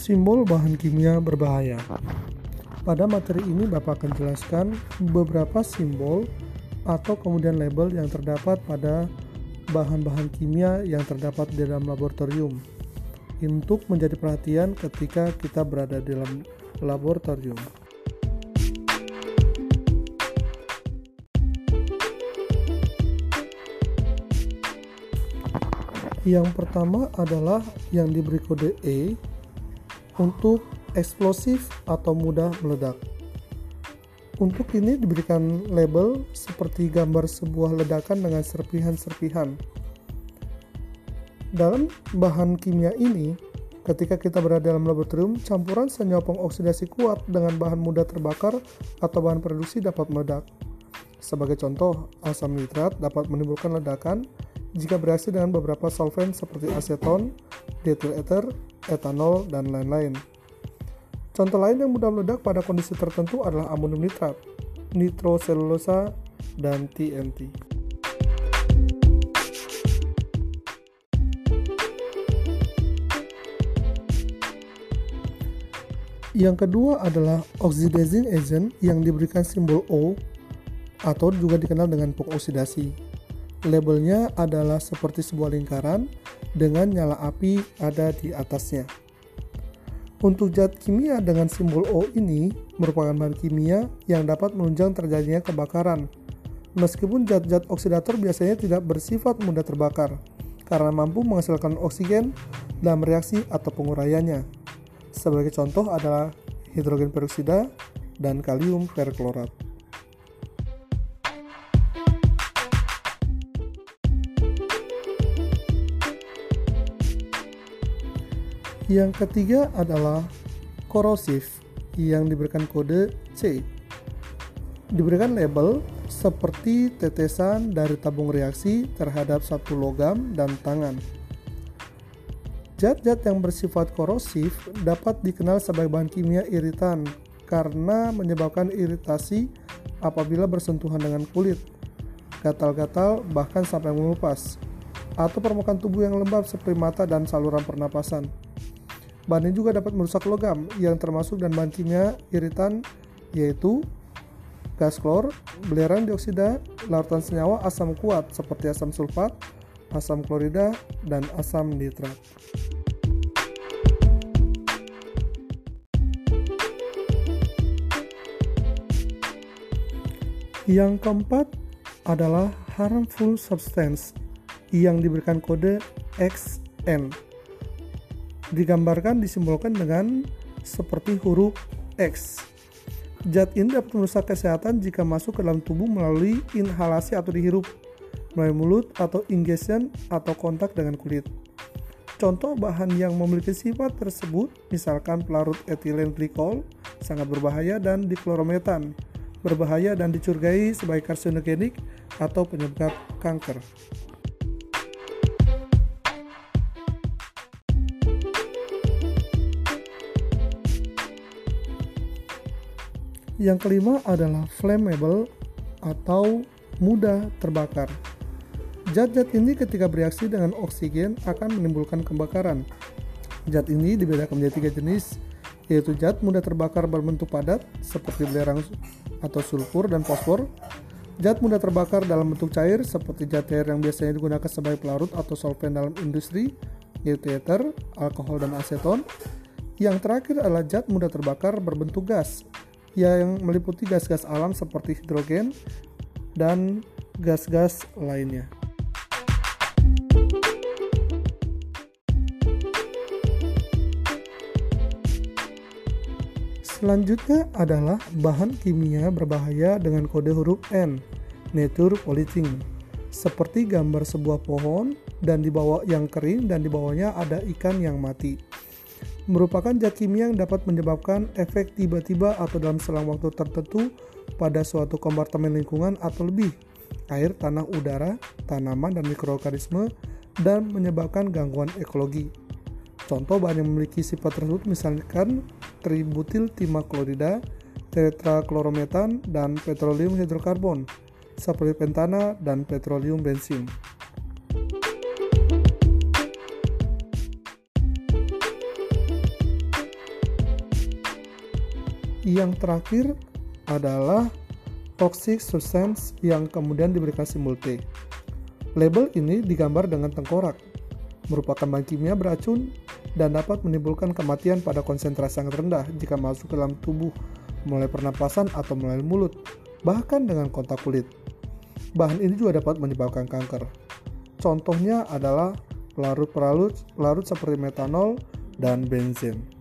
Simbol bahan kimia berbahaya. Pada materi ini Bapak akan jelaskan beberapa simbol atau kemudian label yang terdapat pada bahan-bahan kimia yang terdapat di dalam laboratorium untuk menjadi perhatian ketika kita berada di dalam laboratorium. Yang pertama adalah yang diberi kode E untuk eksplosif atau mudah meledak. Untuk ini diberikan label seperti gambar sebuah ledakan dengan serpihan-serpihan. Dalam bahan kimia ini, ketika kita berada dalam laboratorium, campuran senyawa pengoksidasi kuat dengan bahan mudah terbakar atau bahan produksi dapat meledak. Sebagai contoh, asam nitrat dapat menimbulkan ledakan jika bereaksi dengan beberapa solvent seperti aseton, diethil ether, etanol, dan lain-lain. Contoh lain yang mudah meledak pada kondisi tertentu adalah amonium nitrat, nitroselulosa, dan TNT. Yang kedua adalah oxidizing agent yang diberikan simbol O atau juga dikenal dengan pengoksidasi. Labelnya adalah seperti sebuah lingkaran dengan nyala api ada di atasnya. Untuk zat kimia dengan simbol O ini merupakan bahan kimia yang dapat menunjang terjadinya kebakaran. Meskipun zat-zat oksidator biasanya tidak bersifat mudah terbakar karena mampu menghasilkan oksigen dalam reaksi atau penguraiannya. Sebagai contoh adalah hidrogen peroksida dan kalium perklorat. Yang ketiga adalah korosif yang diberikan kode C. Diberikan label seperti tetesan dari tabung reaksi terhadap satu logam dan tangan. Zat-zat yang bersifat korosif dapat dikenal sebagai bahan kimia iritan karena menyebabkan iritasi apabila bersentuhan dengan kulit, gatal-gatal bahkan sampai mengelupas, atau permukaan tubuh yang lembab seperti mata dan saluran pernapasan. Bahan ini juga dapat merusak logam yang termasuk dan bahan kimia iritan yaitu gas klor, belerang dioksida, larutan senyawa asam kuat seperti asam sulfat, asam klorida, dan asam nitrat. Yang keempat adalah harmful substance yang diberikan kode XN. Digambarkan disimbolkan dengan seperti huruf X. Zat ini dapat merusak kesehatan jika masuk ke dalam tubuh melalui inhalasi atau dihirup, melalui mulut atau ingestion atau kontak dengan kulit. Contoh bahan yang memiliki sifat tersebut misalkan pelarut etilen glikol sangat berbahaya dan diklorometan berbahaya dan dicurigai sebagai karsinogenik atau penyebab kanker. Yang kelima adalah flammable atau mudah terbakar. Zat-zat ini ketika bereaksi dengan oksigen akan menimbulkan kebakaran. Zat ini dibedakan menjadi 3 jenis, yaitu zat mudah terbakar berbentuk padat seperti belerang atau sulfur dan fosfor, zat mudah terbakar dalam bentuk cair seperti zat cair yang biasanya digunakan sebagai pelarut atau solvent dalam industri, yaitu ether, alkohol, dan aseton. Yang terakhir adalah zat mudah terbakar berbentuk gas yang meliputi gas-gas alam seperti hidrogen dan gas-gas lainnya. Selanjutnya adalah bahan kimia berbahaya dengan kode huruf N, nature polythene, seperti gambar sebuah pohon dan di bawah yang kering dan di bawahnya ada ikan yang mati. Merupakan zat kimia yang dapat menyebabkan efek tiba-tiba atau dalam selang waktu tertentu pada suatu kompartemen lingkungan atau lebih, air, tanah, udara, tanaman, dan mikroorganisme, dan menyebabkan gangguan ekologi. Contoh bahan yang memiliki sifat tersebut misalkan tributil timaklorida, tetraklorometan, dan petroleum hidrokarbon, seperti pentana dan petroleum bensin. Yang terakhir adalah toxic substance yang kemudian diberikan simbol T. Label ini digambar dengan tengkorak, merupakan bahan kimia beracun dan dapat menimbulkan kematian pada konsentrasi sangat rendah jika masuk ke dalam tubuh melalui pernapasan atau melalui mulut, bahkan dengan kontak kulit. Bahan ini juga dapat menyebabkan kanker. Contohnya adalah pelarut seperti metanol dan benzen.